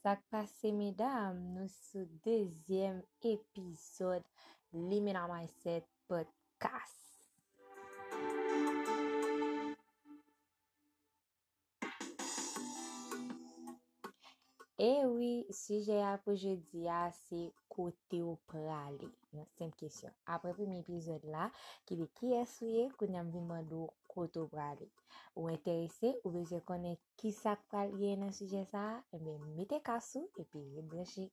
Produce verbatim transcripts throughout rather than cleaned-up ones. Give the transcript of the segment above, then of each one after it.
ça passe, mesdames? Nous sommes deuxième épisode Limina Mindset Podcast. Et oui, sujet pour jeudi, c'est côté au pralé. Une simple question. Après le premier épisode là, qui est qui est souillé, qu'on a demandé côté au pralé. Ou intéressé, ou besoin connaître qui ça pralé dans ce sujet ça, et bien mettez cassou et puis branchez.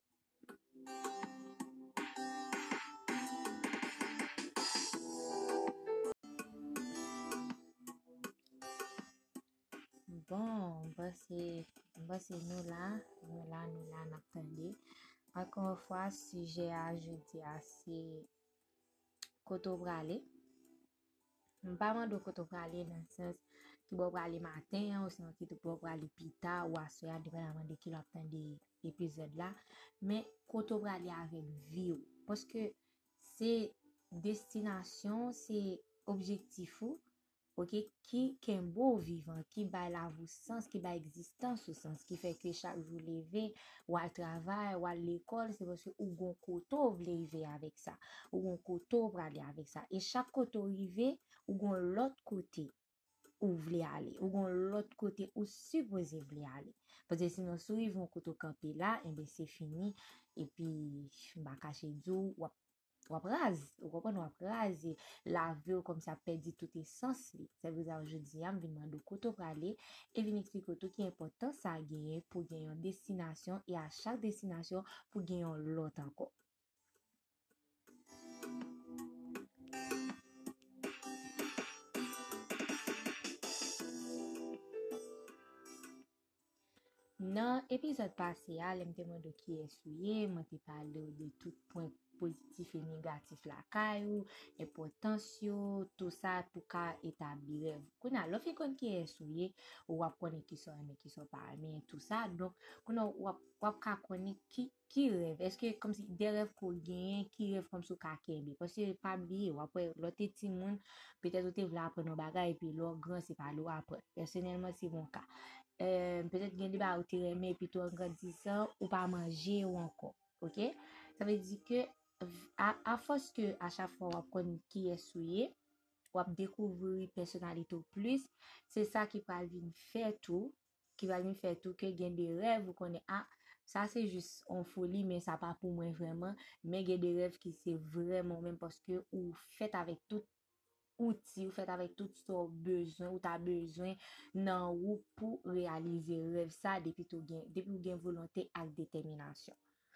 Bon, bah c'est bah c'est nous là, nous là, nous là, n'attendez. Encore une fois, sujet à jeudi, c'est côté au pralé. Pas mal de côté pralé dans le sens qui va pralé matin ou sinon qui va pralé plus tard ou à soir dépendamment de qui l'attendait épisode là, mais côté pralé avec vie parce que c'est destination, c'est objectif ou OK qui qui est beau vivant, qui ba la vous sens, qui ba existence au sens qui fait que chaque jour lever ou à travail ou à l'école, c'est parce que ou gon koto lever avec ça, ou gon koto pralé avec ça et chaque koto rivé ou gon l'autre côté ou vle aller ou gon l'autre côté ou supposé vle aller parce que sinon si ils vont koto camper là et ben c'est fini et puis ba cacher dou ou ou ras ou comprendre ou ras la vie comme ça perdit tout essence li ça veut dire aujourd'hui am vinn demander koto praler et vinn expliquer tout qui est important ça gagner pour gagner une destination et à chaque destination pour gagner l'autre encore. Dans l'épisode passé, je me demande qui est souillé, je te parlé de tout point positif et négatif la caillou, importance tout ça pour qu'à établir rêve. Qu'on a l'offre qu'on qui est souillé ou à connaître qui sont mais qui sont pas mais tout ça donc qu'on a ou à connaître qui qui rêve est-ce que comme si des rêves qu'on gagne qui rêve comme ça ka kembe parce que pas oublier ou après l'autre petit monde peut-être tu veux apprendre nos bagages et puis l'autre grand c'est pas l'autre après personnellement c'est mon cas. Euh, peut-être gen di ba ou te reme puis tout en grandissant ou pas manger ou encore OK ça veut dire que à, à force que à chaque fois on connaît qui est souillé ou découvrir personnalité plus c'est ça qui va venir faire tout qui va venir faire tout que gen des rêves vous connaissez ah ça c'est juste en folie mais ça pas pour moi vraiment mais gen des rêves qui c'est vraiment même parce que ou fait avec tout outil ou fait avec tout son besoin ou t'as besoin nan ou pour réaliser rêve ça depuis tout gain depuis ou gain volonté avec détermination.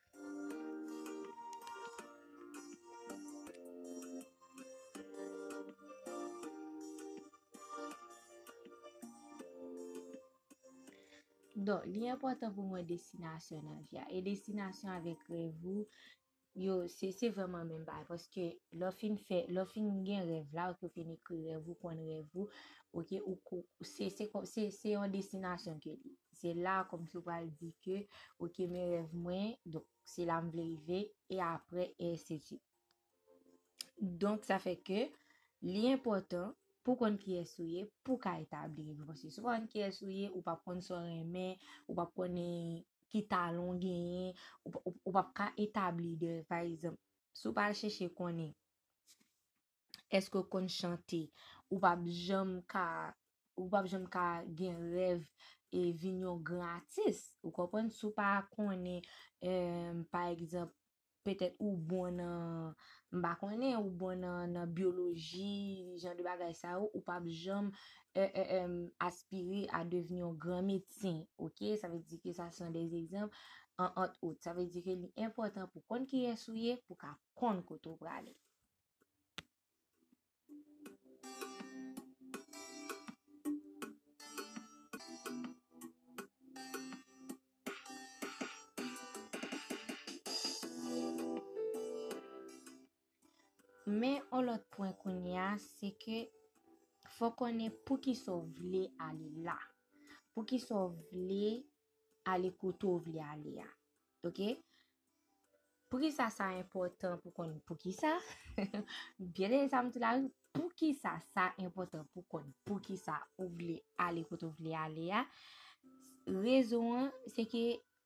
Donc, l'important pour moi destination dans vie et destination avec rêve yo c'est c'est vraiment même pas parce que l'offre fait l'offre gain rêve là que fin écrire rêve ou qu'on rêve OK ou c'est c'est c'est c'est une destination que c'est là comme tu vas dire que OK mes rêves moins donc c'est là me arriver et après et c'est donc ça fait que l'important pour qu'on qui est souillé pour qu'a établir parce que souvent qui est souillé ou pas prendre son remè ou pas prendre qui talon gagné ou, ou, ou pas qu'a établir de par exemple si ou pas chercher connaît est-ce que qu'on chanter ou pas jamais ka ou pas jamais ka gen rêve et vignon gratis ou comprendre si ou pas connaît euh, par exemple peut-être ou bon nan m'ba connaît ou bon nan, nan biologie genre de bagay ça ou, ou pas jamais euh, euh, euh, aspirer à devenir un grand médecin OK ça veut dire que ça sont des exemples en entre autres ça veut dire que l'important pour qu'on qui est souillé pour qu'a qu'on koto prale. Mais un autre point qu'on y a, c'est que faut qu'on ait pour qui sont vle aller là. Pour qui sont vle aller koto vle aller là. OK? Pour qui ça ça important pour qu'on pour qui ça? Bien les ça me là pour qui ça ça important pour qu'on pour qui ça ou vle aller koto vle aller là. Raison c'est que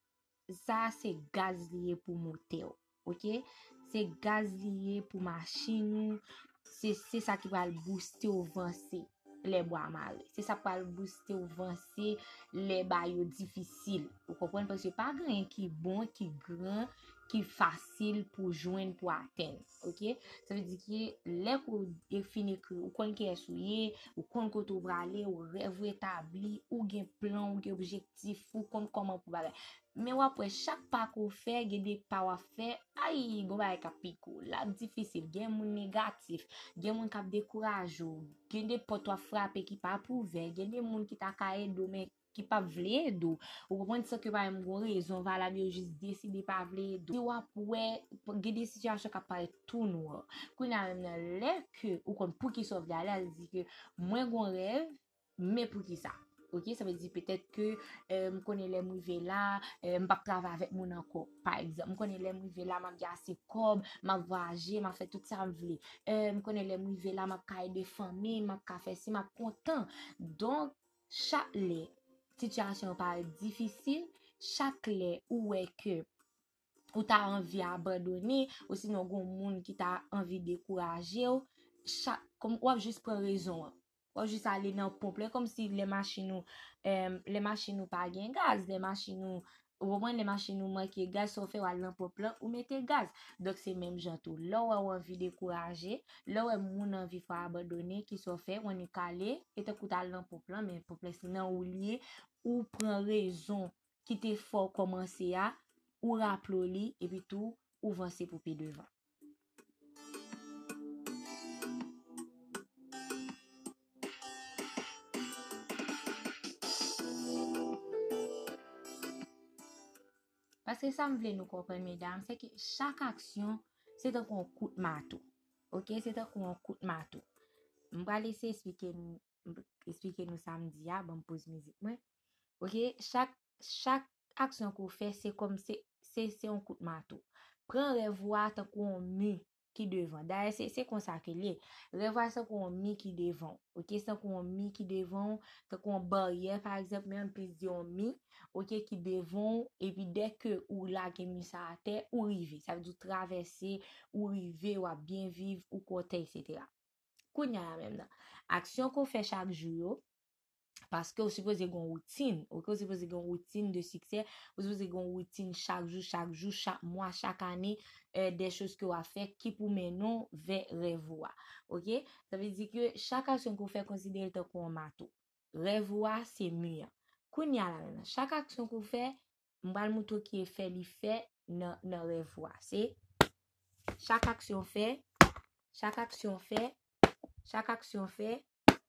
ça c'est gaz lié pour moteur, OK? C'est gaz lié pour machine, c'est c'est ça qui va le booster au avancer les bois marés. C'est ça qui va le booster au avancer les bails difficiles. Vous comprenez parce que pas rien qui bon, qui grand, qui facile pour joindre pour atteindre, OK? Ça veut dire que les pour définir que ou kon qui est souillé, ou kon koto brale, ou rêve établi, ou gen plan, ou gen objectif, ou kon comment pour bagay. Mais après chaque pas qu'on fait, gen des pas à faire, aïe, go bagay ka piko, la difficile, gen moun négatif, gen moun kap décourage, gen des portes à frapper qui pas prouver, gen des moun qui ta kaye do mais qui pas vle do. Ou kompren ça que pa m gon raison valable yo juste décider pas vle do. Si ou après gen des situations qui paraît tout noir. Kou na même lè que ou kon pour qui sauve d'aller, elle dit que moi gon rêve mais pour qui ça? OK, ça veut dire peut-être que euh, me connais les m'rivé là, euh, m'pa travailler avec mon encore. Par exemple, me connais les m'rivé là, m'a bien assez cob, m'a voyager, m'a fait tout ça me vle. Euh, me connais les m'rivé là, m'a caille de famille, m'a ka fait si m'a content. Donc chaque les situation paraît difficile, chaque les ou est que ou t'as envie abandonner, ou sinon gon moun qui t'a envie décourager, chaque comme ou juste prendre raison. Ou juste aller dans pompe comme si les machines ou euh, les machines ou pas gen gaz, les machines ou au moins les machines ou manque gaz sauf fait aller dans pompe ou mettez gaz. Donc c'est même genre tout. Là où on envie décourager, là où moun envie faire abandonner qui sont fait, on est calé et te coûte aller dans pompe mais pompe sinon ou lié ou prend raison qui te fort commencer à ou rappeloli et puis tout ou avancer pour pied devant. Parce que ça me voulait nous comprendre, mesdames, c'est que chaque action, c'est un coup de marteau. OK? C'est un coup de marteau. Je vais laisser expliquer nous, expliquer nous samedi, ah, bon, pause musique. Ouais. OK? Chaque, chaque action qu'on fait, c'est comme c'est, c'est, c'est un coup de marteau. Prends revoir tant qu'on met qui devant. D'ailleurs, c'est, c'est comme ça que l'est. Revoir ça qu'on met qui devant. OK? Ça qu'on met qui devant, tant qu'on barrière, par exemple, même plus dit on met, OK, qui devant, et puis dès que ou là, qui mis ça à terre, ou river. Ça veut dire traverser, ou river, ou à bien vivre, ou côté, et cetera. Kounya la même nan. Action qu'on fait chaque jour, parce que vous supposez une routine, ok, vous supposez une routine de succès, vous supposez une routine chaque jour, chaque jour, chaque mois, chaque année, euh, des choses que vous fait qui pour mener vers revoir, ok, ça veut dire que chaque action que vous fait considérer comme un marteau, revoir c'est mieux. Kounya la même, chaque action que vous fait, m'bal mouto qui est fait, li fait, nan, nan revoir, c'est chaque action fait, chaque action fait, chaque action fait,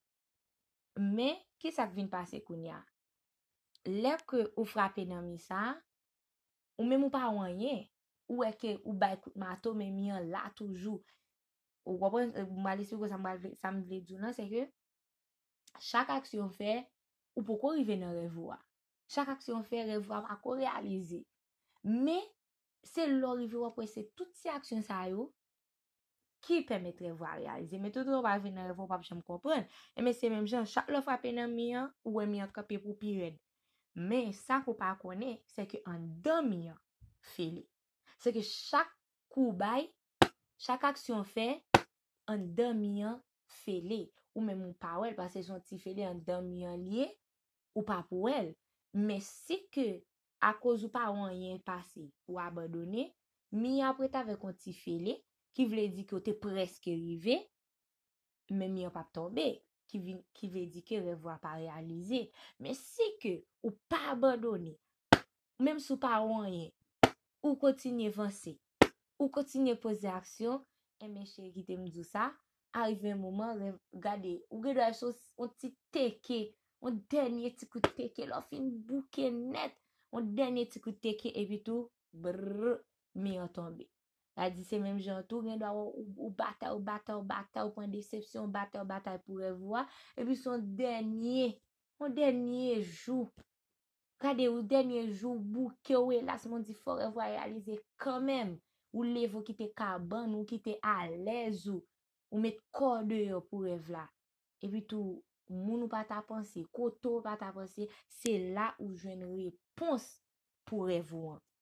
mais qui ça vient passer kounya? Lè que ou frappe nan mi sa, ou même ou pas rien, ou est que ou bay kout marteau mais mi an là toujours. Ou comprend m'a l'expliquer ça m'a ça me veut dire là c'est que chaque action fait ou pour arriver dans rêve. Chaque action fait rêve pas ko réaliser. Mais c'est l'arriver après c'est toutes ces actions ça yo qui permettre de réaliser. Mais tout le monde va venir dans rêve pas jamais comprendre. Et mais c'est même genre chaque fois frappe nan mi an ou mi an camper pour pire. Mais ça qu'on pas connaît, c'est que en demi fait. C'est que chaque coup bail, chaque action fait en demi fait ou même ou pas elle parce que son petit fait en demi lié ou pas pour elle. Mais c'est que à cause ou pas rien passé ou abandonné, mi après avec un petit fait qui veut dire que tu es presque arrivé, mais mi pas tombé. Qui, qui veut dire que revoir pas réalisé. Mais si que ou pas abandonné, même si ou pas rien, ou continue avancer, ou continue poser action, et mes chéris qui t'aiment dit ça, arrive un moment, regardez, ou regardez ça, on petit teke, on dernier petit coup de teke, là, fin bouquet net, on dernier petit coup de teke, et puis tout, brrr, mais on tombe. La dit c'est même genre tout gen doit ou bataille ou bataille ou bataille ou point déception bataille ou bataille pour revoir et puis son dernier son dernier jour regardez au dernier jour bouquet ou là mon dit faut revoir réaliser quand même ou levo qui te cabane ou qui te à l'aise ou ou mettre corps dehors pour rêve là et puis tout moun ou pas ta penser koto pas ta penser c'est là où je une réponse pour rêve.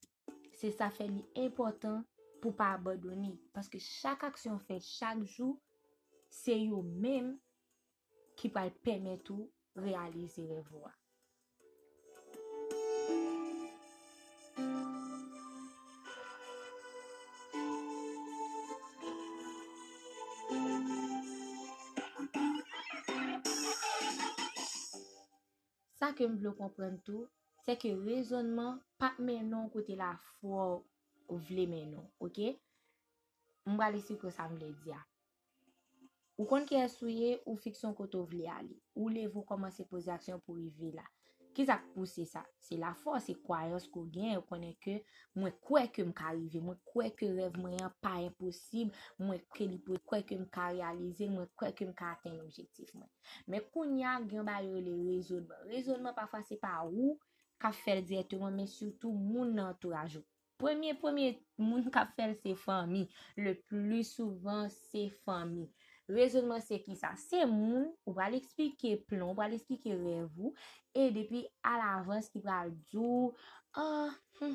c'est ça fait important pour pas abandonner parce que chaque action fait chaque jour, c'est yo même qui va permettre ou réaliser rêve. Ça que je veux comprendre tout, c'est que raisonnement pas maintenant côté la foi ou vle maintenant, OK? M'ba laisser que ça me le dire. Ou kon ki esouye ou fiction koto vle ali. Ou le vous commencer poser action pour arriver là. Qui ça pousse ça? C'est la force, c'est croyance qu'on gagne, ou connaît que moi crois que m'ka arriver, moi crois que rêve moyen pas impossible, moi crois que m'ka réaliser, moi crois que m'ka atteindre l'objectif moi. Mais kounya gen ba yo le raisonnement. Raisonnement parfois c'est pas ou qu'a fait directement mais surtout mon entourage. Premier premier moun qu'a fait c'est famille. Le plus souvent c'est famille. Raisonnement c'est qui ça? C'est moun ou va l'expliquer plan, ou va l'expliquer rêve vous et depuis à l'avance qui va dire ah hum,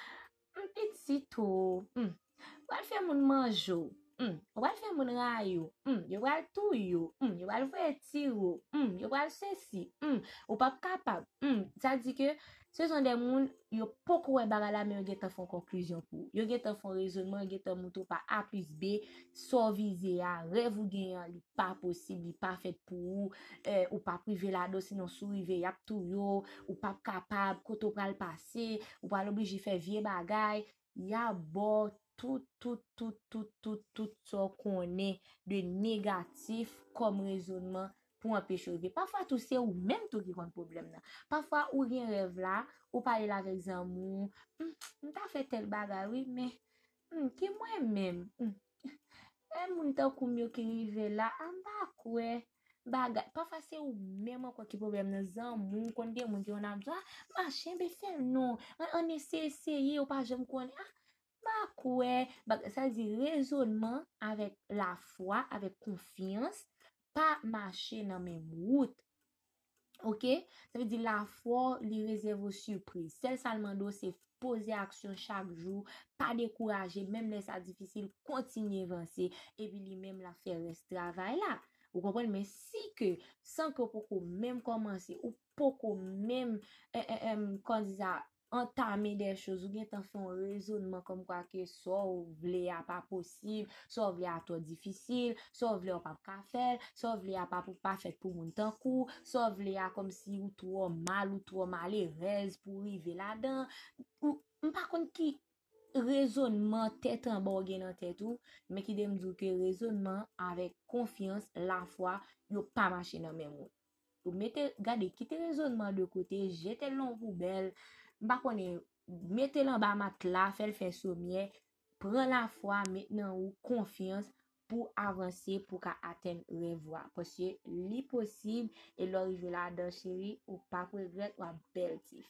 petit tout hum, va faire moun manjo hum, va faire moun rayo hum, yo va tout yo hum, yo va faire tiro hum, yo va ceci hum, ou pas capable hum, ça dit que ce sont des moun yo poko wè baga la mais yo geta font conclusion pour yo geta font raisonnement yo geta mouto par A plus B so visé à rêve ou gen li pas possible li pas fait pour euh, ou pas privé là do sinon sou rive y a tout yo ou pas capable koto pral passer ou pas obligé faire vieux bagay y a bon tout tout tout tout tout tout so connaît de négatif comme raisonnement pour empêcher arriver. Parfois tout c'est ou même tout qui compte problème là. Parfois ou rien rêve là, ou parler là avec zamou, on t'a fait tel bagay oui mais hmm, qui moi même hmm. E moun ta kou myo ki rive la, an ba kwe bagay. Parfois c'est ou même quoi qui problème nan zamou, kon gen moun ki on a dit ah, machin be fait non, on essaie essayer ou pas j'aime connait. Ah, ba kwe, ça dit raisonnement avec la foi, avec confiance, pas marcher dans même route. OK? Ça veut dire la foi li réserve surprise. Celle seulement do c'est poser action chaque jour, pas décourager, même les ça difficile, continuer avancer et puis lui même la faire reste travail là. Vous comprenez? Mais si que sans que poko même commencer ou poko même euh, euh, euh, quand ça entamer des choses ou bien t'en fait un raisonnement comme quoi que soit ou vle a pas possible, soit vle a trop difficile, soit vle a pas ka faire, soit vle a pas pour pas fait pour moun tan kou, soit vle a comme si ou trop mal ou trop malheureuse pour arriver là-dedans ou par contre qui raisonnement tête en bas gen dans tête ou mais qui dem dit que raisonnement avec confiance la foi yo pas marcher dans même route. Ou mettez gardez quitter raisonnement de côté, jetez l'en poubelle. Mpa konnen mettez l'en bas matelas, fait le fait sommier, prends la foi maintenant ou confiance pour avancer pour qu'à atteindre rêve parce que li possible et l'arriver là dans chéri ou pas regret ou belle tif.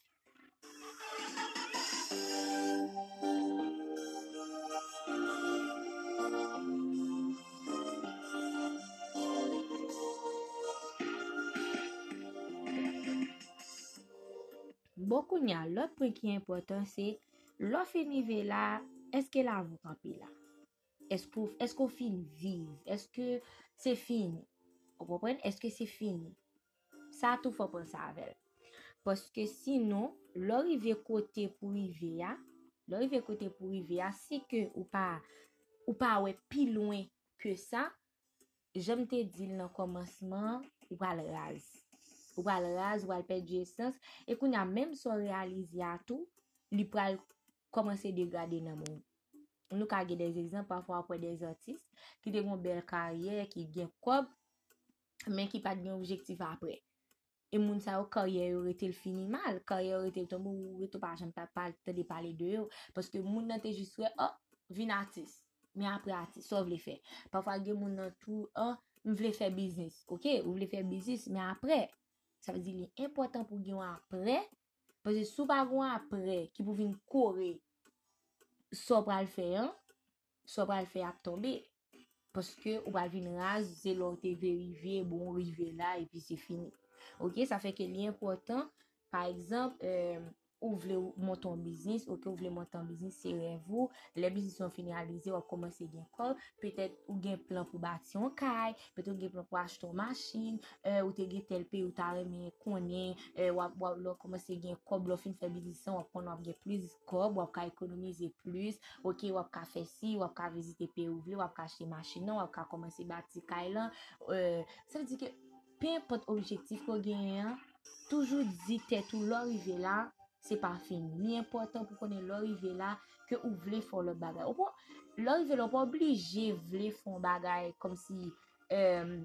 Beaucoup n'y a l'autre point qui est important c'est l'offre niveau là est-ce que là vous campez là est-ce que est-ce qu'on finit vivre est-ce que c'est fini vous comprenez est-ce que c'est fini ça tout faut penser avec parce que sinon l'arriver côté pour arriver à l'arriver côté pour arriver à si que ou pas ou pas ouais plus loin que ça j'aime te dire dans commencement ou pas le rase ou pas le rase ou pas perdre essence et qu'on a même sans réaliser à tout li pral commencer dégrader dans monde. Nous ka gen des exemples parfois après des artistes qui ont une belle carrière qui gagne cob mais qui pas de objectif après. Et moun sa ou carrière aurait été fini mal, carrière aurait été tombé ou tout pas jamais pas de parler de eux parce que moun nan te juste oh vin artiste mais après artiste sauf les faire. Parfois gen moun nan tout oh m'vle faire business. OK, ou vle faire business mais après ça veut dire important pour gen après parce que sou pa gon après qui pour vinn courir so pral faire hein, so pral faire ap tomber parce que ou pral vinn rase c'est l'autre vérifier bon river là et puis c'est fini. OK, ça fait que l'important par exemple euh, ou vle monter un business, ok, ou vle monter un business, c'est rêve vous, les business sont finalisés, ou commencer gen kol, peut-être ou gen plan pour bâtir un kay, peut-être ou gen plan pour acheter une machine, euh, ou te gen tel pays ou ta reme konnen, euh, ou ou ou commencer gen kob, ou fin fait business, ou kon ou gen plus kob, ou ka économiser plus, ok, ou ka faire si, ou ka visiter pays ou vle, ou ka acheter machine, ou ka commencer bâtir kay lan, euh, ça veut dire que peu importe objectif qu'on gagne, toujours dit tête ou l'arriver là, c'est pas fini. Ni important pour qu'on ait l'arriver là que ou voulez faire le bagage. Ou pas l'arriver là pas obligé voulez faire bagage comme si euh,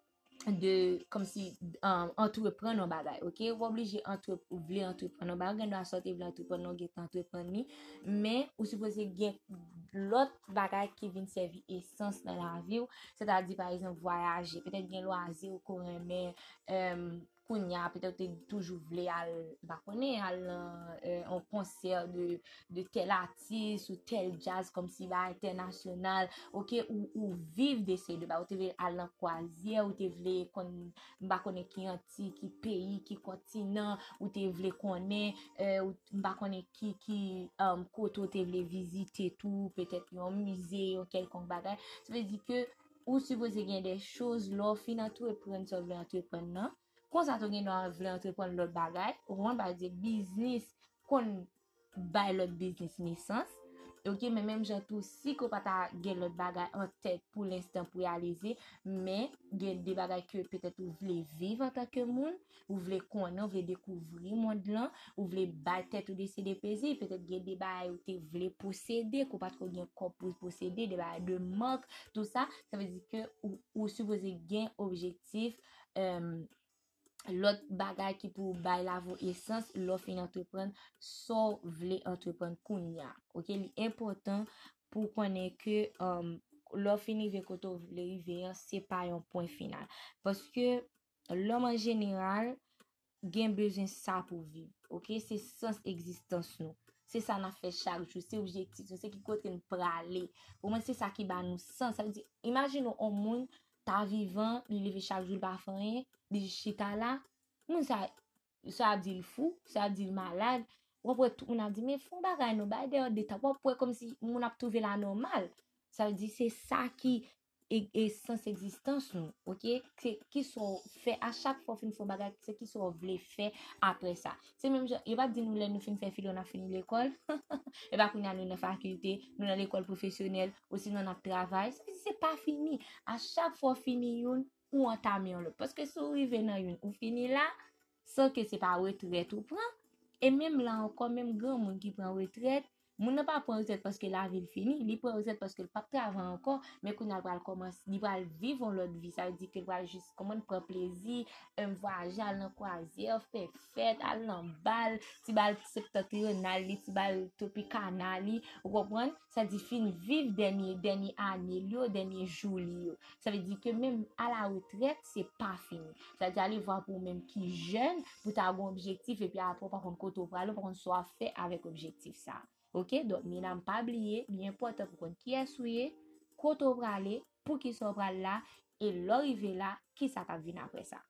de comme si um, entreprendre un bagay, ok, ou obligé entre ou vle entreprendre un bagay, dans sorte vle entreprendre non gen entreprendre ni, mais ou supposé gen l'autre bagay qui vient servir essence dans la vie, c'est-à-dire par exemple voyager, peut-être gen loisir ou qu'on remet euh, kounya, peut-être toujours vle al ba konnen al euh, un concert de de tel artiste ou tel jazz comme si ba international, ok, ou ou vivre de ces de ba ou te vle al en croisière, ou te vle kon mba konnen ki anti, ki pays, ki continent, ou te vle konnen euh, ou mba konnen ki ki um, koto te vle visiter tout, peut-être un musée ou quelconque bagay, ça veut dire que ou supposé gen des choses là fin entreprendre ça vle entreprendre nan, kon sa to gen nou vle entreprendre l'autre bagay, ou kon ba dire business kon bay l'autre business naissance. Ok, mais même j'ai tout si qu'on pas gen l'autre bagay en tête pour l'instant pour réaliser, mais gen des bagay que peut-être vous voulez vivre en tant que monde, vous voulez connaître, vous voulez découvrir monde là, vous voulez battre tête ou décider plaisir, peut-être gen des bagay ou te voulez posséder, qu'on pas trop gen corps pour posséder, des bagay de manque, tout ça, ça veut dire que ou, ou supposé gen objectif euh, l'autre bagay qui pour bay la vos essence, l'on fin entreprendre, so vle entreprendre kounya. Ok, li important pour connaître que um, l'on fini ve koto vle rive, c'est pas un point final. Parce que l'homme en général gen besoin ça pour vivre. Ok, c'est sens existence nous. C'est ça n'a fait chaque jour, c'est objectif, c'est qui côté nous praler. Pour moi c'est ça qui ba nous sens. Ça veut dire imagine un monde ta vivant, il lever chaque jour pas faire rien, di chita là, moun ça ça a dit le fou, ça a dit le malade. Ou après tout on a dit mais font bagay no ba de de ta pas comme si moun a trouvé la normale. Ça veut dire c'est ça qui et, et sans existence nous, ok, c'est qui sont fait à chaque fois fin font bagay, c'est qui sont vle fait après ça, c'est même il va dire nous les nous fin faire fil on a fini l'école et bah qu'on a nous dans faculté, nous dans l'école professionnelle, aussi nous dans travail, c'est pas fini, à chaque fois fini une ou entamer l'autre, parce que si vous arrivez dans une ou fini là sans que c'est pas retraite ou prend, et même là encore même grand monde qui prend retraite, moun nan pa prend retraite parce que la vie fini, il prend retraite parce que le pas travaille encore, mais qu'on a pas commencer, il va vivre l'autre vie, ça veut dire qu'il va juste comment prendre plaisir, un voyager aller en croisière, faire fête, aller en bal, ti bal septentrional, ti bal tropicana, vous comprenez? Ça dit fin vivre dernier dernier année li, dernier jour li. Ça veut dire que même à la retraite, c'est pas fini. Ça veut dire aller voir pour même qui jeune, pour ta bon objectif et puis après par contre côté pour aller par contre soit fait avec objectif ça. Ok, donc mesdames pas oublier, bien important pour qu'on qui est souillé, côté pour aller, pour qui soit là et l'arriver là, qui ça t'a venu après ça.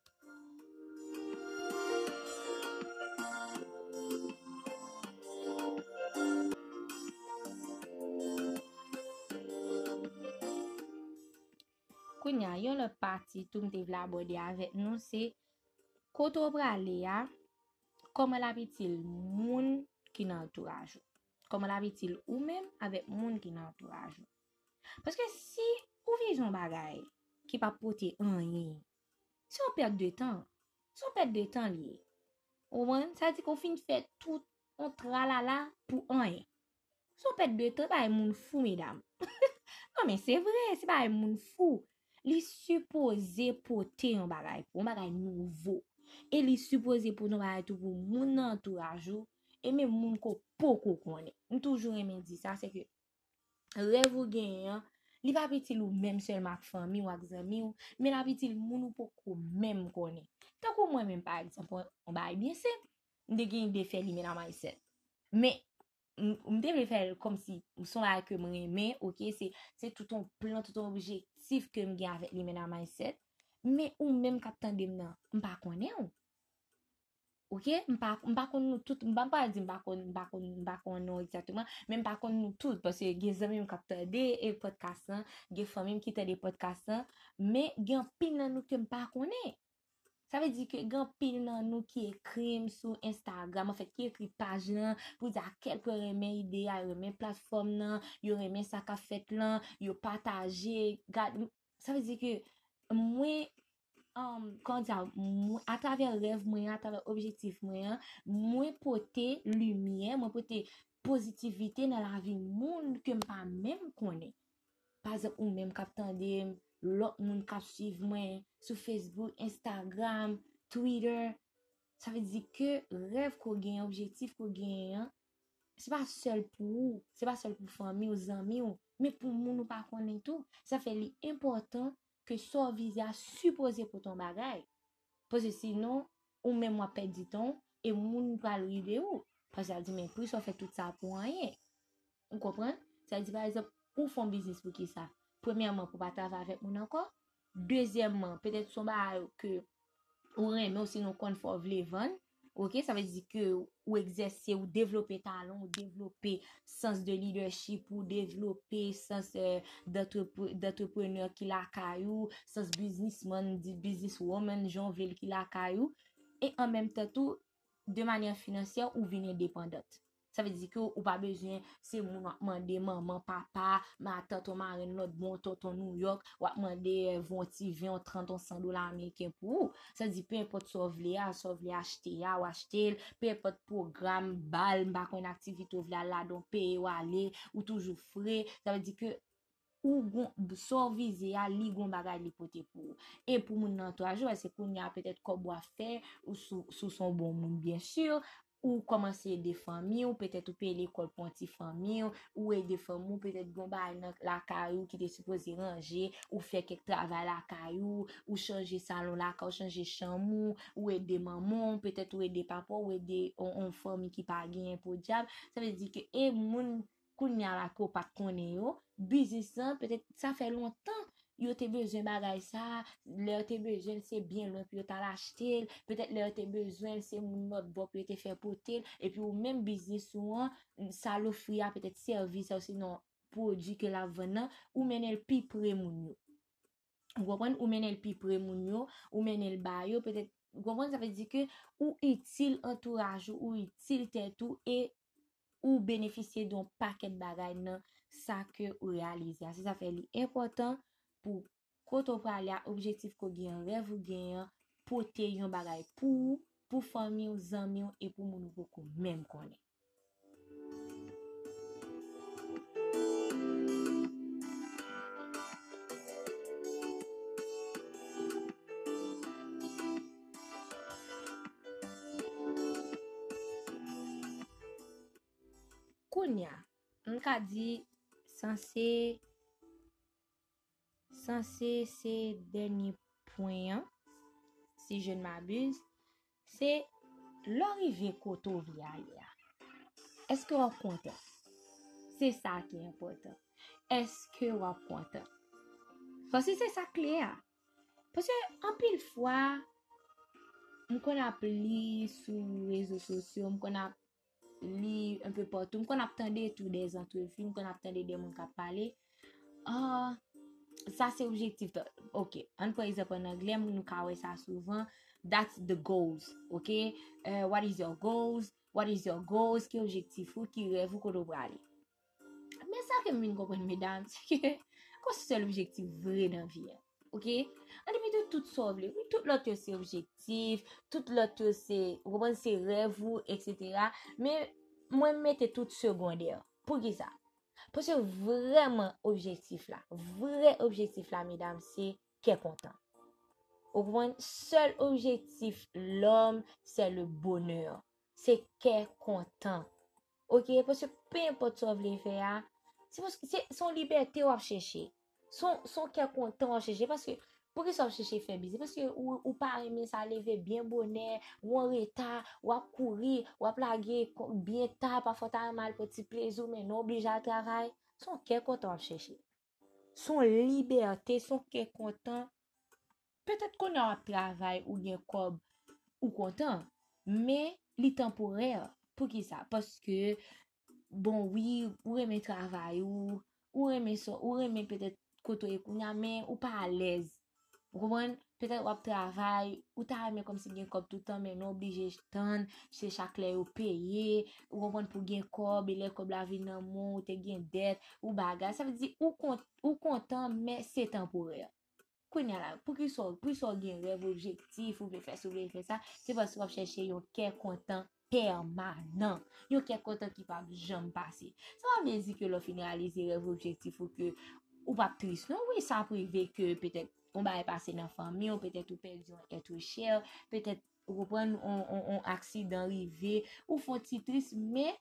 Kounya, yon le parti tout m'te vle aborder avec nous c'est côté pour aller ya, comment l'habitil moun qui dans entourage. Comment l'habitil ou même avec moun qui dans entourage. Parce que si ou vivons bagay qui pas porter rien, si on perd de temps, si on perd de temps lié, ou moins ça dit qu'on fin fait tout on tralala pour rien. Si on perd de temps, ba moun fou mesdames. Non mais c'est vrai, c'est pas moun fou. Li supposé porter un bagay, un bagay nouveau. Et li supposé pour nous bagay tout pour moun entourage et même moun ko poko connaît. On toujours aimé dire ça c'est que rêve ou gen, li pa petit ou même seulement famille ou ak zami ou, mais la petit moun ou poko même connaît. Tant que moi même par exemple, on bagay bien simple, m'de gen de faire li dans mindset. Mais on devait faire comme si son là que moi aimer, OK, c'est c'est tout ton plan, tout ton objectif que me avec li dans mindset, mais ou même captain de nan, m'pa connaît ou. OK? M'pa m'pa kon nou tout, m'pa pas di m'pa kon m'pa kon m'pa kon nou exactement, mais m'pa kon nou tout parce que gen zami m k'ap tande e podcast lan, gen famille qui tande podcast lan, mais gen pile nan nou que m'pa konnen. Ça veut dire que gen pile nan nou qui écrit sur Instagram, en fait qui écrit page lan pour dire quel peut remen idée, remen plateforme nan, yo remen ça qu'a fait lan, yo partager, ça veut dire que moi Um, comment dire, à travers rêve moi, à travers objectif moi, moi porter lumière, moi porter positivité dans la vie monde que pas même connaît. Par exemple, ou même cap tande l'autre monde cap suivre moi sur Facebook, Instagram, Twitter. Ça veut dire que rêve qu'on gagne, objectif qu'on gagne, c'est pas seul pour vous, c'est pas seul pour famille ou amis ou, mais pour moun ou pas connaît tout. Ça fait l'important que soit visé à supposer pour ton bagage. Parce que sinon, ou même moi perd du temps et moun pas rive ou. Parce que ça dit mais pour ça fait tout ça pour rien. Vous comprenez? Ça dit par exemple, ou font business pour qui ça? Premièrement, pour pas travailler avec moun encore. Deuxièmement, peut-être son bagage que ou remen ou sinon kon fò vle vendre. OK, ça veut dire que ou exercer ou développer talent, ou développer sens de leadership, ou développer sens euh, d'entrepreneur qui la kayou, sens businessman, businesswoman, jon vle qui la kayou, et en même temps tout de manière financière ou vin indépendante. Ça veut dire que ou pas besoin c'est moun demander maman, papa, ma tante, marraine, l'autre bon tonton New York, ou demander vingt, vingt, trente, cent dollars américains pour ou. Ça dit peu importe so vle a, so vle acheter ya ou acheter, peu importe programme, bal, ba kon activité ou vle la don payer ou aller ou toujours frais. Ça veut dire que ou gon so viser a li gon bagay li pote pour. Et pour moun entourage, c'est qu'on y a peut-être quoi boire faire ou sous sous son bon moun bien sûr. Ou commencer des familles, ou peut-être ou payer l'école pour une famille, ou aider famille, ou peut-être gon ba la caillou qui était supposé ranger, ou faire quelque travail la caillou, ou changer salon la caillou, changer chambre, ou aider maman, peut-être ou aider papa, ou aider une famille qui pas gain pour diable. Ça veut dire que et moun kounya la ko pas connaît yo, business peut-être ça fait longtemps yo te besoin bagay ça, le te besoin c'est bien loin puis yo t'a l'acheter, peut-être le te besoin c'est moun notre bon puis te faire porter et puis ou même business souvent ça l'offrir peut-être service ou sinon produit que la vendre ou mener pi près moun yo. Vous comprenez ou mener pi près moun yo, ou mener ba yo peut-être vous comprenez ça veut dire que ou utile entourage ou utile tête tout et ou bénéficier d'un paquet de bagages nan ça que ou réaliser. C'est ça fait important pour quand on parle à objectif qu'on gagne, rêve ou gagne, porter yon bagay pour pour famille ou amis et pour moun beaucoup même connaît. Kounya, on ka dit censé censé ces derniers points, si je ne m'abuse, c'est l'arrivée koto via. Est-ce que vous êtes content? C'est ça qui est important. Est-ce que vous êtes content? Parce que c'est ça clair. Parce que en pile fois, on connaît li sur les réseaux sociaux, on connaît li un peu partout, on connaît attendre tout des entrevues, on connaît attendre des gens qui parler. Ah, ça c'est objectif. OK, en par exemple en anglais, nous kawé ça souvent. That's the goals. OK? Uh, what is your goals? What is your goals? Qui objectif ou qui rêve ou qu'on doit aller? Mais ça que m'vinn comprendre mesdames, c'est que quoi c'est l'objectif vrai dans vie. OK? En dépit de tout ça, oui, tout l'autre c'est objectif, tout l'autre c'est vous comprenez c'est rêve ou et cetera. Mais moi mettez tout secondaire. Pour qui ça? Parce que vraiment objectif là, vrai objectif là mesdames, c'est qu'est content. Au moins, seul objectif l'homme, c'est le bonheur. C'est qu'est content. OK, parce que peu importe ce que vous voulez faire, c'est parce que c'est son liberté ou chercher. Son son qu'est content ou chercher parce que pour que ça chercher faire busy parce que ou, ou pas aimer ça lever bien bonheur, ou en retard, ou à courir, ou à plaguer bien tard, parfois t'as mal petit plaisir mais non obligé à travailler. Son qu'est content ou chercher. Son liberté, son qu'est content. Peut-être qu'on a un travail ou bien comme ou content, mais li temporaire. Pour qui ça? Parce que, bon, oui, ou remet travail, ou, ou remet so, ou remet peut-être koto e kounya, mais ou pas à l'aise. Vous comprenez? Peut-être ou travail, ou ta remet comme si gen kob tout le temps, mais non obligé tan, c'est chaque lè ou payer, ou comprenez pour gen kob, et les kob la vi nan moun, ou te gen dette, ou bagage. Ça veut dire, ou, kont, ou content, mais c'est temporaire. Kounya la, pour qu'il soit, pour qu'il soit gen rêve, objectif, ou veut faire ça, ou veut faire ça, c'est parce qu'on chercher yon kè content permanent. Yon kè content qui pa jamais passer. Ça veut dire que l'on finit réaliser rêve, objectif, ou que, ou pas triste, non? Oui, ça privé que peut-être, on va passer dans la famille, ou peut-être ou perdu un être cher, peut-être, ou reprendre un, un, un accident arrivé, ou font triste, mais,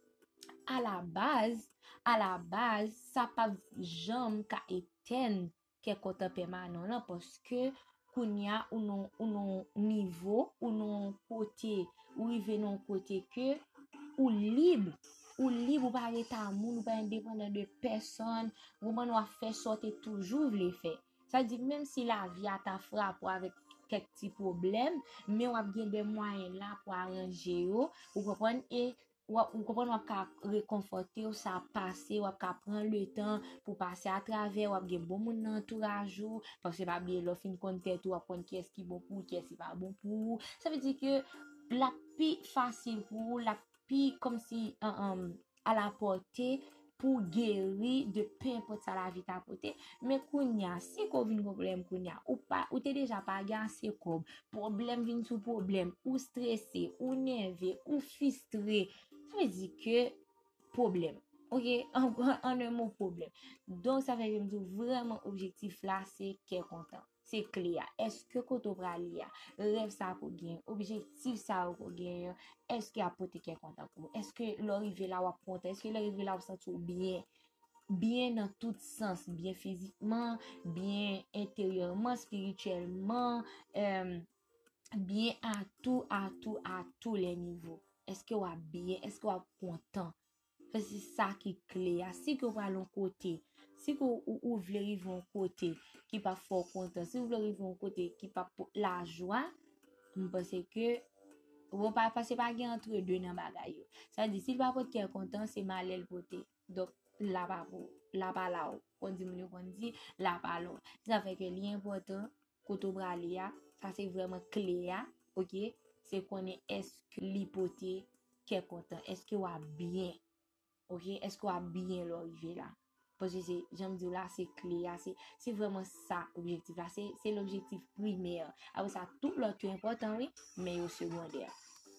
à la base, à la base, ça pas jamais ka éteindre que content permanent là parce que kounya ou non ou non niveau ou non côté ou rive non côté que ou libre ou libre ou pas état moun ou pas indépendant de personne ou man ou faire sortir toujours les faits ça dit même si la vie a ta frappe avec quelques petits problèmes mais on a bien des moyens là pour arranger yo ou comprendre et ou comprendre ou ka réconforter ou ça passer ou ka prendre le temps pour passer à travers ou gen bon moun nan entourage ou parce que pas bien l'offre fin compte tête ou apprendre qui est qui bon pour qui est pas bon pour ça veut dire que la plus facile pour la plus comme si um, um, à la portée pour guérir de peu importe ça la vie t'a porté mais kounya si ko vin problème kounya ou pas ou t'es déjà pas assez comme problème vin sous problème ou stressé ou nerveux ou frustré ça veut dire que problème. Ok, en, en un mot problème. Donc, ça fait que je vraiment objectif là, c'est qu'est content. C'est clair. Est-ce que quand on va lire, rêve ça pour gagner, objectif ça pour gagner, est-ce qu'il y a poté qu'est content pour est-ce que l'arrivée là ou content, est-ce que l'arrivée là ou sent bien, bien dans tout sens, bien physiquement, bien intérieurement, spirituellement, euh, bien à tout, à tout, à tous les niveaux. Est-ce que vous êtes bien, est-ce que vous êtes content? Parce que c'est ça qui est clé. Si vous allez un côté, si vous voulez arriver un côté qui pas fort content, si vous voulez arriver un côté qui pas la joie, je pense que vous pas passer par entre deux dans bagay. Ça dit si pas pour être content, c'est mal le côté. Donc là pas pour là pas là. On dit on dit là pas là. Ça fait que l'important quand on braler ça c'est vraiment clé, OK? C'est qu'on est est-ce que l'hypothèse qui est content, est-ce que va bien? Ok, est-ce qu'on a bien l'arrivée là? Parce que c'est, j'aime dire là, c'est clair, c'est, c'est vraiment ça, l'objectif là, c'est, c'est l'objectif primaire. Après ça, tout l'autre est important, oui, mais au secondaire.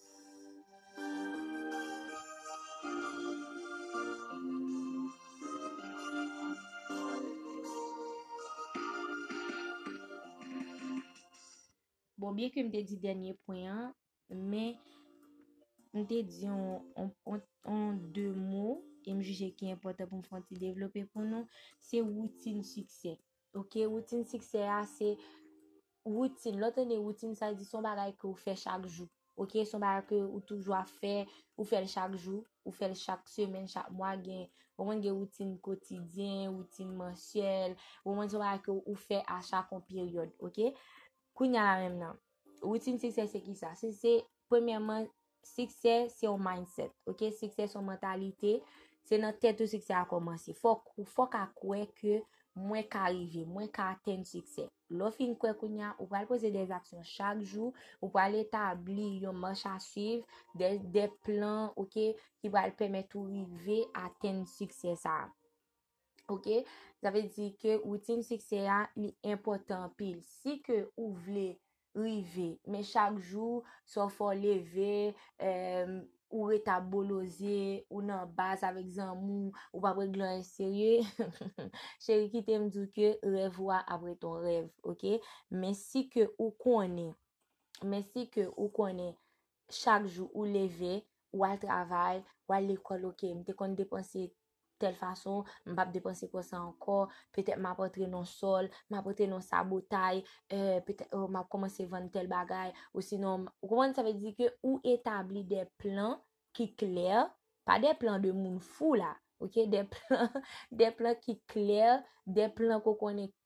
Bon, bien que je me dit dernier point, mais je te dit en, en, en, en deux mots, et me juger qui est important pour me faire développer pour nous, c'est routine succès. Ok, routine succès, c'est routine. L'autre de routine, ça dit son bagay que vous faites chaque jour. Ok, son bagay que vous toujours fait, vous faites chaque jour, vous faites chaque semaine, chaque mois, gen, ou moins gen routine quotidien, routine mensuelle, ou moins son bagay que vous faites à chaque période. Ok, kounya la même nan. Routine succès, c'est qui ça? C'est, c'est, premièrement, succès, c'est un mindset. Ok, succès, c'est une mentalité. C'est notre tête au succès à commencer. Faut, faut qu'à croire que moins qu'à arriver, moins qu'à atteindre succès. L'offre fin quoi kounya, ou va poser des actions chaque jour, ou va établir une marche à suivre, des, des plans, ok, qui va permettre d'arriver à atteindre succès ça. Ok, ça veut dire que routine succès est important pile. Si que vous voulez arriver, mais chaque jour, soit faut lever, euh, ou rétaboloser, ou nan base avec zanmou, ou pas prendre un sérieux, chérie qui t'aime dire que rêve après ton rêve, ok? Mais si que ou connaît, mais si que ou connaît chaque jour ou lever, ou al travail, ou à l'école, ok, m'te kon dépenser telle façon, m'pa dépenser pour ça encore, peut-être m'a porter non sol, m'a porter non sabotage, euh, peut-être oh, m'a commencer vendre tel bagay, ou sinon, ou comment ça veut dire que ou établir des plans qui clairs, pas des plans de moun fou là, ok, des plans, des plans qui clairs, des plans qu'on connaît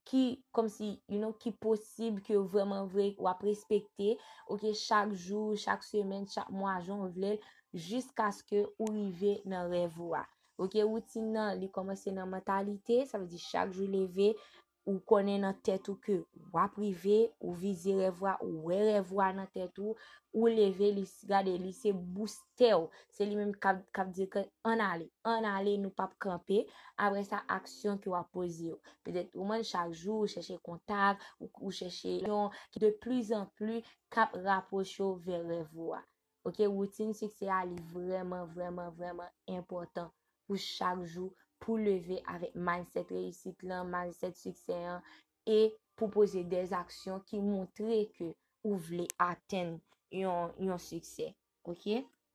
qui comme si you know qui possible que vraiment vrai ou à respecter OK chaque jour chaque semaine chaque mois janvier jusqu'à ce que ou arriver dans rêve ou OK routine nan li commencer dans mentalité ça veut dire chaque jour lever ou connaît dans tête ou que ou à privé ou viser rêve ou rêve dans tête ou ou lever li garder li c'est booster c'est lui même cap cap dire que en aller en aller nous pas camper après ça action que va poser peut-être au moins chaque jour chercher contact ou, ou chercher qui de plus en plus cap rapprocher vers rêve OK routine succès est vraiment vraiment vraiment important pour chaque jour pour lever avec mindset réussite là mindset succès hein, et pour poser des actions qui montrent que vous voulez atteindre un un succès OK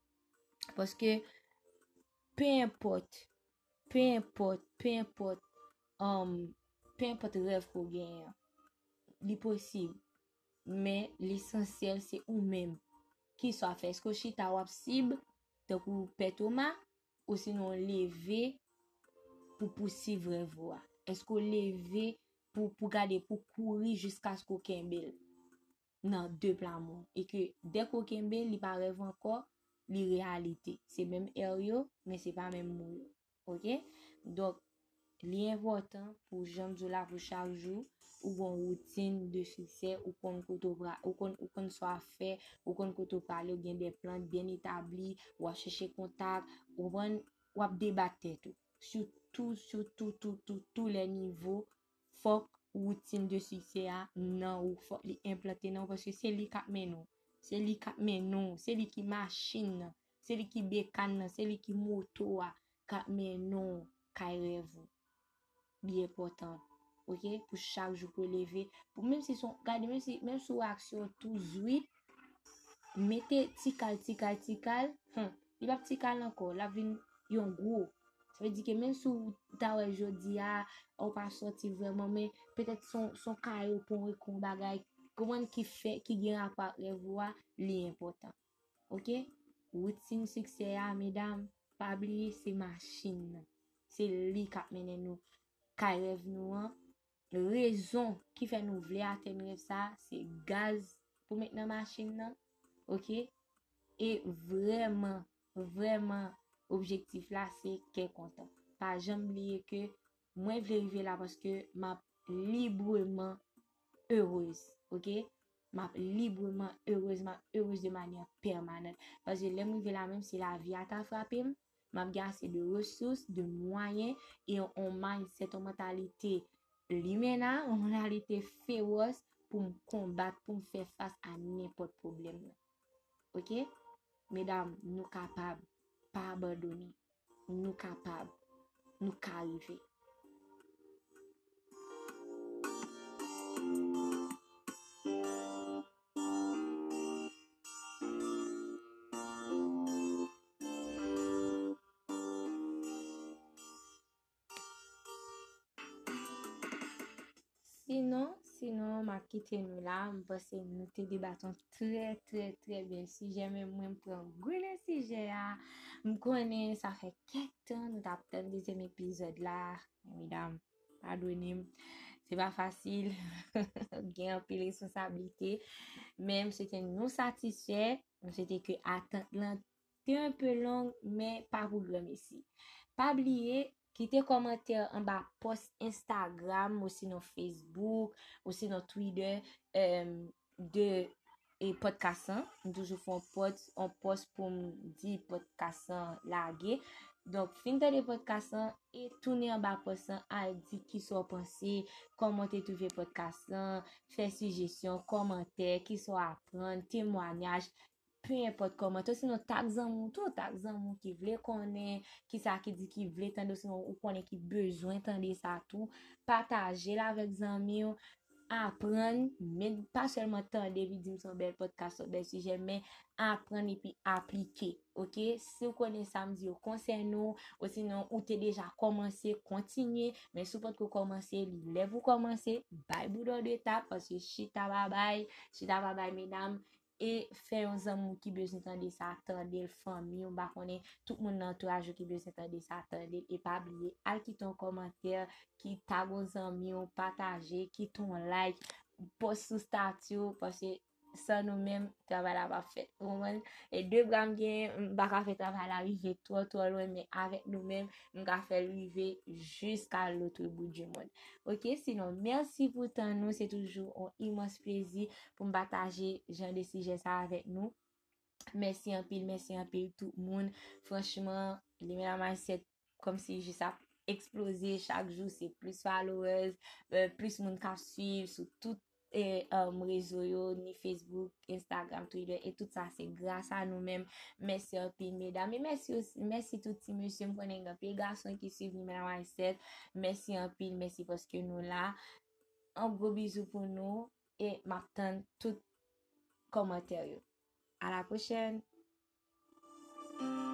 parce que peu importe peu importe peu importe um, peu importe rêve qu'on gagne li possible mais l'essentiel c'est ou même qui soit fait est-ce que chita wap cible donc ou petoma ou sinon lever pour poursuivre rêve est-ce qu'on lever pour pour garder pour courir jusqu'à ce qu'on kembel non deux plans moun et que dès qu'on kembel li pas rêve encore li réalité c'est même aérien mais c'est pas même moun OK donc li important pour j'aime de la pour chaque jour ou une routine de succès ou qu'on koto ou qu'on ou qu'on soit fait ou qu'on koto parler ou bien des plans bien établis ou à chercher contact ou on ou à débattre tout sur tout sur tout tout tout tous les niveaux faut routine de succès a non ou faut li implanter non parce que c'est li k'ap men nou c'est li k'ap men nou c'est li qui machine c'est li qui bécane c'est li qui moto a k'ap men nou kay rêve bien important OK pour chaque jour pour lever pour même si son garder même si même sous action tout huit mettez tikal tikal tikal hum il va tikal encore la vin yon gros ça veut dire que même sous ta ouais jodi a on pas sorti vraiment mais peut-être son son caillou pour un bagay comment qui fait qui gagne à revoir li important OK routine succès a mesdames pas oublier c'est machine c'est li qui mène nous ka rêve nous raison qui fait nous vouloir atteindre ça c'est gaz pour mettre dans machine là OK et vraiment vraiment objectif là c'est qu'est content pas jamais oublier que moi je veux arriver là parce que m'a librement heureuse OK m'a librement heureuse m'a heureuse de manière permanente parce que l'aime arriver là même si la vie a t'a frappé m'a assez de ressources de moyens et on mindset en mentalité limena en mentalité féroce pour me combattre pour me faire face à n'importe problème OK mesdames nous capables pas abandonner nous capables nous arriver Sinon, sinon, m'a quitté nous là, parce que nous te débattons très, très, très bien. Si j'aime moi prendre gros sujet à, me connais, ça fait quelques temps, nous t'attendons le deuxième épisode là, mesdames, pardonnez-moi, c'est pas facile, gain un peu de responsabilité, même c'était nous satisfait, c'était que attendre un peu long, mais pas programme ici. Pas oublier quitter commentaire en bas post Instagram ou sinon Facebook ou sinon Twitter euh, de et podcast nous toujours font post on post pour me dire podcast largué donc fin de les podcasts et tourner en bas post à dire qui sont pensé comment tu trouvé podcast faire suggestion commentaire qui sont apprendre témoignage peu importe comment toi sinon tag zanmou tout tag zanmou qui vle connaît qui ça qui dit qui vle tande sinon ou connaît qui besoin tande ça tout partager là avec zanmi apprendre mais pas seulement tande vidéo son bel podcast bel sujet mais apprendre et puis appliquer OK si vous connaissez ça me dit concerne nous ou sinon ou t'es déjà commencé continuer mais si vous commencer lève vous commencer bye bout d'étape parce que chita bye bye chita bye bye mesdames et fè yon zanmou ki bezwen tande sa, tande l fami, ou ba konen tout moun nan entourage ki bezwen tande sa, tande, e pa bliye, al ki ton komantèr, ki tag yon zanmi, ou pataje, ki ton like, post sou statut, parce sa nou men, travay la pa fèt. Ouwen, e de bram gen, baka fè travay la rive tro tro loin, men avèk nou men, mga fè rive jiska l'otre bout du moun. Ok, sinon, mersi pou tan nou, se toujou an imons plezi pou m bataje jan de sije sa avèk nou. Mersi an pil, mersi an pil tout moun. Franchement, li men a mindset kom si jisa eksplose chak jou, se plus followers, euh, plus moun ka suiv sou tout e um, rezo yo, ni Facebook, Instagram, Twitter, et tout sa, se grasa a nou men. Mersi an pil, mesdames. Et mersi, mersi tout ti monsye m konen gapi gason ki suiv li men a mindset. Mersi an pil, mersi poske nou la. Un gros bisou pour nous et m'attends tout commentaire. À la prochaine.